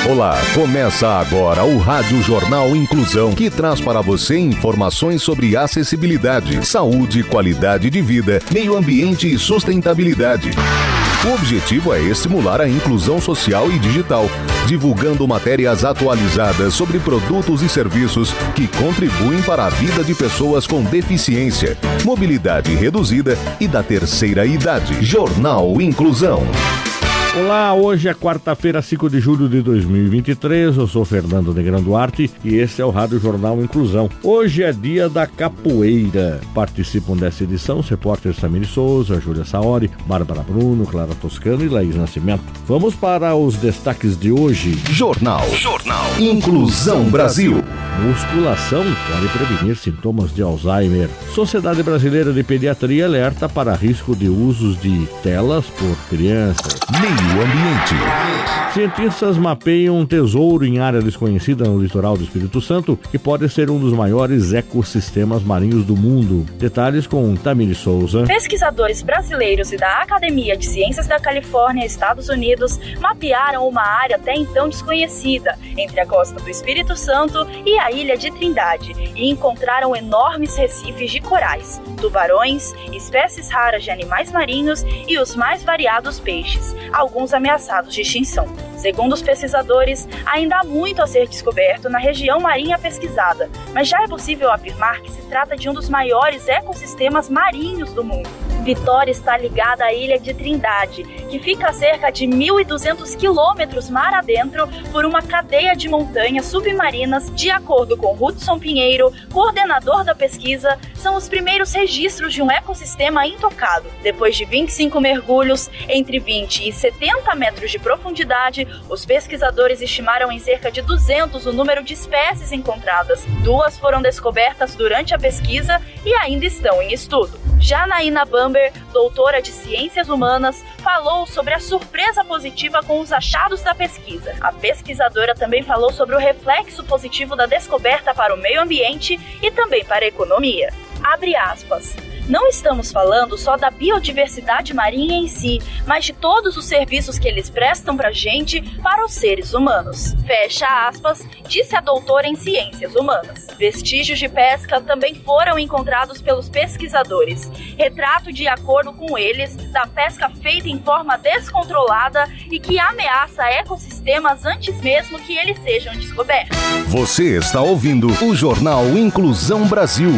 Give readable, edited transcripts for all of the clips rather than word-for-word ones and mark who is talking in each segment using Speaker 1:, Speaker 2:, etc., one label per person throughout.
Speaker 1: Olá, começa agora o Rádio Jornal Inclusão, que traz para você informações sobre acessibilidade, saúde, qualidade de vida, meio ambiente e sustentabilidade. O objetivo é estimular a inclusão social e digital, divulgando matérias atualizadas sobre produtos e serviços que contribuem para a vida de pessoas com deficiência, mobilidade reduzida e da terceira idade. Jornal Inclusão.
Speaker 2: Olá, hoje é quarta-feira, 5 de julho de 2023, eu sou Fernando Negrão Duarte e esse é o Rádio Jornal Inclusão. Hoje é dia da capoeira. Participam dessa edição os repórteres Samir Souza, Júlia Saori, Bárbara Bruno, Clara Toscano e Laís Nascimento. Vamos para os destaques de hoje.
Speaker 1: Jornal Inclusão Brasil.
Speaker 2: Musculação pode prevenir sintomas de Alzheimer. Sociedade Brasileira de Pediatria alerta para risco de usos de telas por crianças.
Speaker 1: Meio ambiente.
Speaker 2: Cientistas mapeiam um tesouro em área desconhecida no litoral do Espírito Santo, que pode ser um dos maiores ecossistemas marinhos do mundo. Detalhes com Tamiri Souza.
Speaker 3: Pesquisadores brasileiros e da Academia de Ciências da Califórnia, Estados Unidos, mapearam uma área até então desconhecida entre a costa do Espírito Santo e a ilha de Trindade e encontraram enormes recifes de corais, tubarões, espécies raras de animais marinhos e os mais variados peixes, alguns ameaçados de extinção. Segundo os pesquisadores, ainda há muito a ser descoberto na região marinha pesquisada, mas já é possível afirmar que se trata de um dos maiores ecossistemas marinhos do mundo. Vitória está ligada à ilha de Trindade, que fica a cerca de 1.200 quilômetros mar adentro por uma cadeia de montanhas submarinas. De acordo com Hudson Pinheiro, coordenador da pesquisa, são os primeiros registros de um ecossistema intocado. Depois de 25 mergulhos, entre 20 e 70 metros de profundidade, os pesquisadores estimaram em cerca de 200 o número de espécies encontradas. 2 foram descobertas durante a pesquisa e ainda estão em estudo. Janaína Bamber, doutora de Ciências Humanas, falou sobre a surpresa positiva com os achados da pesquisa. A pesquisadora também falou sobre o reflexo positivo da descoberta para o meio ambiente e também para a economia. Abre aspas. Não estamos falando só da biodiversidade marinha em si, mas de todos os serviços que eles prestam pra gente, para os seres humanos. Fecha aspas, disse a doutora em Ciências Humanas. Vestígios de pesca também foram encontrados pelos pesquisadores. Retrato de acordo com eles da pesca feita em forma descontrolada e que ameaça ecossistemas antes mesmo que eles sejam descobertos.
Speaker 1: Você está ouvindo o Jornal Inclusão Brasil.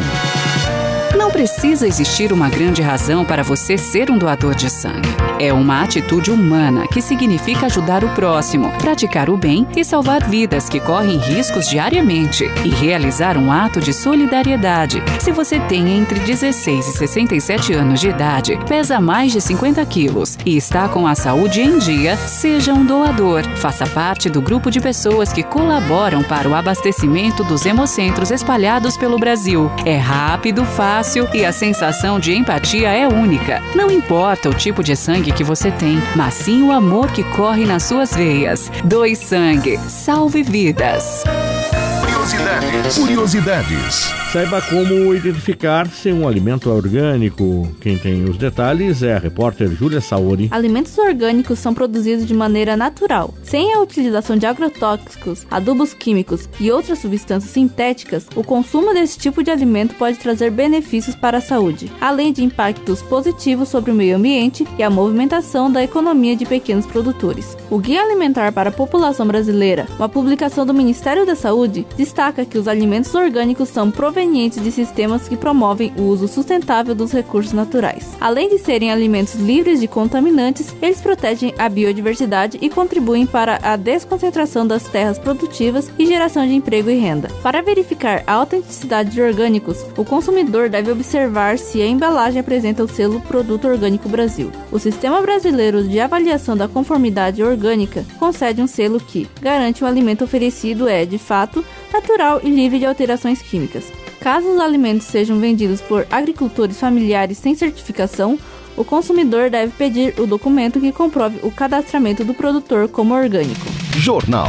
Speaker 4: Não precisa existir uma grande razão para você ser um doador de sangue. É uma atitude humana que significa ajudar o próximo, praticar o bem e salvar vidas que correm riscos diariamente e realizar um ato de solidariedade. Se você tem entre 16 e 67 anos de idade, pesa mais de 50 quilos e está com a saúde em dia, seja um doador. Faça parte do grupo de pessoas que colaboram para o abastecimento dos hemocentros espalhados pelo Brasil. É rápido, fácil e a sensação de empatia é única. Não importa o tipo de sangue que você tem, mas sim o amor que corre nas suas veias. Doe sangue, salve vidas.
Speaker 1: Curiosidades.
Speaker 2: Saiba como identificar se um alimento é orgânico. Quem tem os detalhes é a repórter Júlia Saori.
Speaker 5: Alimentos orgânicos são produzidos de maneira natural, sem a utilização de agrotóxicos, adubos químicos e outras substâncias sintéticas. O consumo desse tipo de alimento pode trazer benefícios para a saúde, além de impactos positivos sobre o meio ambiente e a movimentação da economia de pequenos produtores. O Guia Alimentar para a População Brasileira, uma publicação do Ministério da Saúde, destaca que os alimentos orgânicos são provenientes de sistemas que promovem o uso sustentável dos recursos naturais. Além de serem alimentos livres de contaminantes, eles protegem a biodiversidade e contribuem para a desconcentração das terras produtivas e geração de emprego e renda. Para verificar a autenticidade de orgânicos, o consumidor deve observar se a embalagem apresenta o selo Produto Orgânico Brasil. O Sistema Brasileiro de Avaliação da Conformidade Orgânica concede um selo que garante o alimento oferecido é, de fato, natural e livre de alterações químicas. Caso os alimentos sejam vendidos por agricultores familiares sem certificação, o consumidor deve pedir o documento que comprove o cadastramento do produtor como orgânico.
Speaker 1: Jornal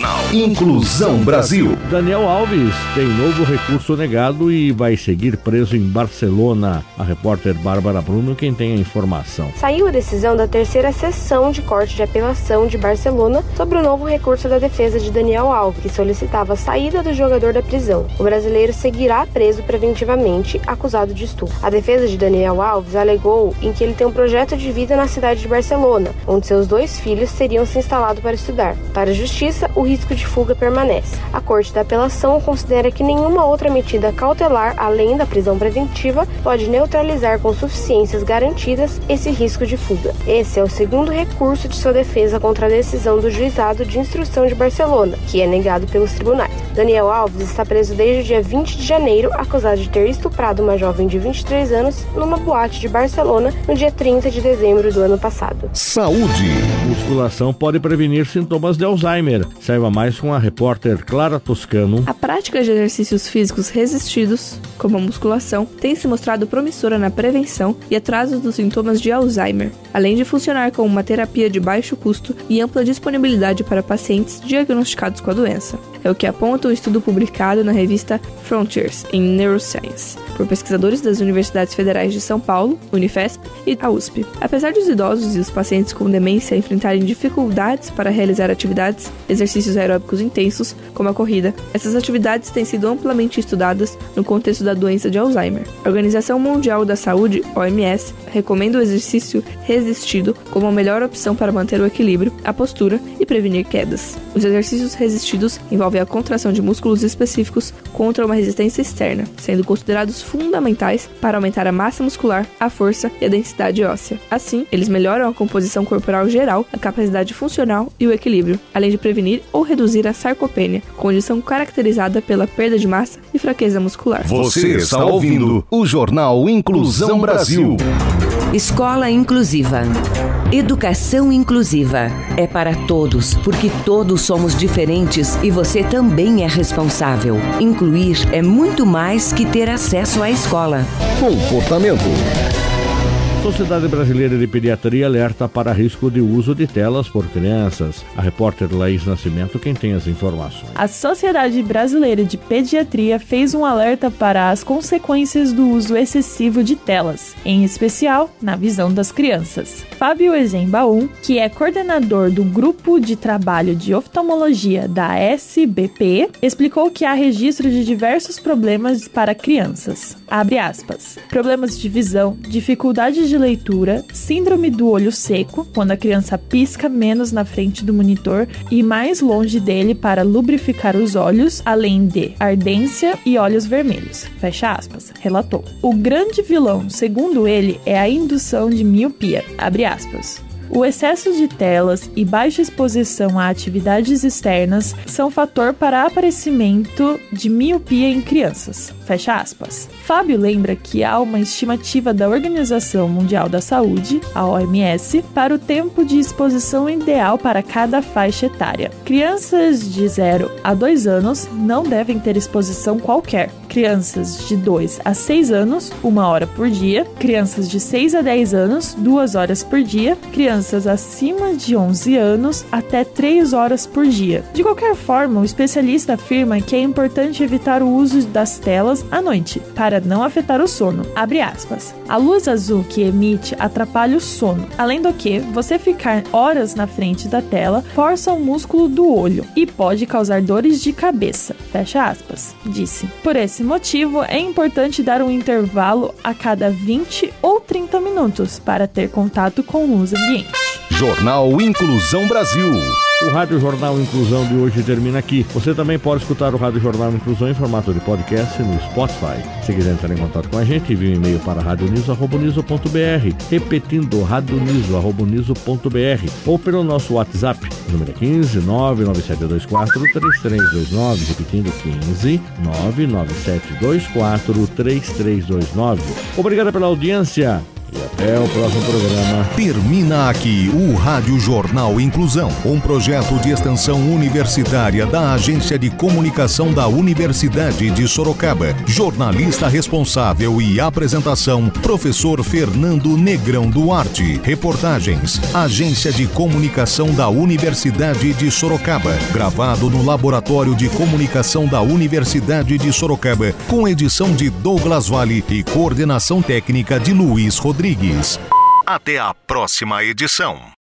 Speaker 1: Inclusão Brasil.
Speaker 2: Daniel Alves tem novo recurso negado e vai seguir preso em Barcelona. A repórter Bárbara Bruno quem tem a informação.
Speaker 6: Saiu a decisão da terceira sessão de Corte de Apelação de Barcelona sobre o novo recurso da defesa de Daniel Alves, que solicitava a saída do jogador da prisão. O brasileiro seguirá preso preventivamente, acusado de estupro. A defesa de Daniel Alves alegou em que ele tem um projeto de vida na cidade de Barcelona, onde seus 2 filhos teriam se instalado para estudar. Para a justiça, o risco de fuga permanece. A Corte da Apelação considera que nenhuma outra medida cautelar, além da prisão preventiva, pode neutralizar com suficiências garantidas esse risco de fuga. Esse é o segundo recurso de sua defesa contra a decisão do Juizado de Instrução de Barcelona, que é negado pelos tribunais. Daniel Alves está preso desde o dia 20 de janeiro, acusado de ter estuprado uma jovem de 23 anos numa boate de Barcelona no dia 30 de dezembro do ano passado.
Speaker 1: Saúde.
Speaker 2: Musculação pode prevenir sintomas de Alzheimer. Saiba mais com a repórter Clara Toscano.
Speaker 5: A prática de exercícios físicos resistidos, como a musculação, tem se mostrado promissora na prevenção e atraso dos sintomas de Alzheimer, além de funcionar como uma terapia de baixo custo e ampla disponibilidade para pacientes diagnosticados com a doença. É o que aponta um estudo publicado na revista Frontiers in Neuroscience, por pesquisadores das Universidades Federais de São Paulo, Unifesp e a USP. Apesar dos idosos e os pacientes com demência enfrentarem dificuldades para realizar atividades, exercícios aeróbicos intensos, como a corrida, essas atividades têm sido amplamente estudadas no contexto da doença de Alzheimer. A Organização Mundial da Saúde, OMS, recomenda o exercício resistido como a melhor opção para manter o equilíbrio, a postura e prevenir quedas. Os exercícios resistidos envolvem a contração de músculos específicos contra uma resistência externa, sendo considerados fundamentais para aumentar a massa muscular, a força e a densidade óssea. Assim, eles melhoram a composição corporal geral, a capacidade funcional e o equilíbrio, além de prevenir ou reduzir a sarcopenia, condição caracterizada pela perda de massa e fraqueza muscular.
Speaker 1: Você está ouvindo o Jornal Inclusão Brasil.
Speaker 7: Escola Inclusiva. Educação inclusiva é para todos, porque todos somos diferentes e você também é responsável. Incluir é muito mais que ter acesso à escola.
Speaker 1: Comportamento.
Speaker 2: Sociedade Brasileira de Pediatria alerta para risco de uso de telas por crianças. A repórter Laís Nascimento quem tem as informações.
Speaker 8: A Sociedade Brasileira de Pediatria fez um alerta para as consequências do uso excessivo de telas, em especial na visão das crianças. Fábio Ezembaum, que é coordenador do Grupo de Trabalho de Oftalmologia da SBP, explicou que há registro de diversos problemas para crianças. Abre aspas. Problemas de visão, dificuldades de leitura, síndrome do olho seco, quando a criança pisca menos na frente do monitor e mais longe dele para lubrificar os olhos, além de ardência e olhos vermelhos. Fecha aspas, relatou. O grande vilão, segundo ele, é a indução de miopia. Abre aspas. O excesso de telas e baixa exposição a atividades externas são fator para aparecimento de miopia em crianças. Fecha aspas. Fábio lembra que há uma estimativa da Organização Mundial da Saúde, a OMS, para o tempo de exposição ideal para cada faixa etária. Crianças de 0 a 2 anos não devem ter exposição qualquer. Crianças de 2 a 6 anos, 1 hora por dia. Crianças de 6 a 10 anos, 2 horas por dia. Crianças acima de 11 anos, até 3 horas por dia. De qualquer forma, o especialista afirma que é importante evitar o uso das telas à noite, para não afetar o sono. Abre aspas. A luz azul que emite atrapalha o sono. Além do que, você ficar horas na frente da tela força o músculo do olho e pode causar dores de cabeça. Fecha aspas, disse. Por esse motivo, é importante dar um intervalo a cada 20 ou 30 minutos para ter contato com luz ambiente.
Speaker 1: Jornal Inclusão Brasil.
Speaker 2: O Rádio Jornal Inclusão de hoje termina aqui. Você também pode escutar o Rádio Jornal Inclusão em formato de podcast no Spotify. Se quiser entrar em contato com a gente, envie um e-mail para radioniso@niso.br, repetindo radioniso@niso.br, ou pelo nosso WhatsApp, número 15 99724 3329, repetindo 15 99724 3329. Obrigado pela audiência. E até o próximo programa.
Speaker 1: Termina aqui o Rádio Jornal Inclusão, um projeto de extensão universitária da Agência de Comunicação da Universidade de Sorocaba. Jornalista responsável e apresentação, professor Fernando Negrão Duarte. Reportagens, Agência de Comunicação da Universidade de Sorocaba. Gravado no Laboratório de Comunicação da Universidade de Sorocaba, com edição de Douglas Vale e coordenação técnica de Luiz Rodrigues. Até a próxima edição.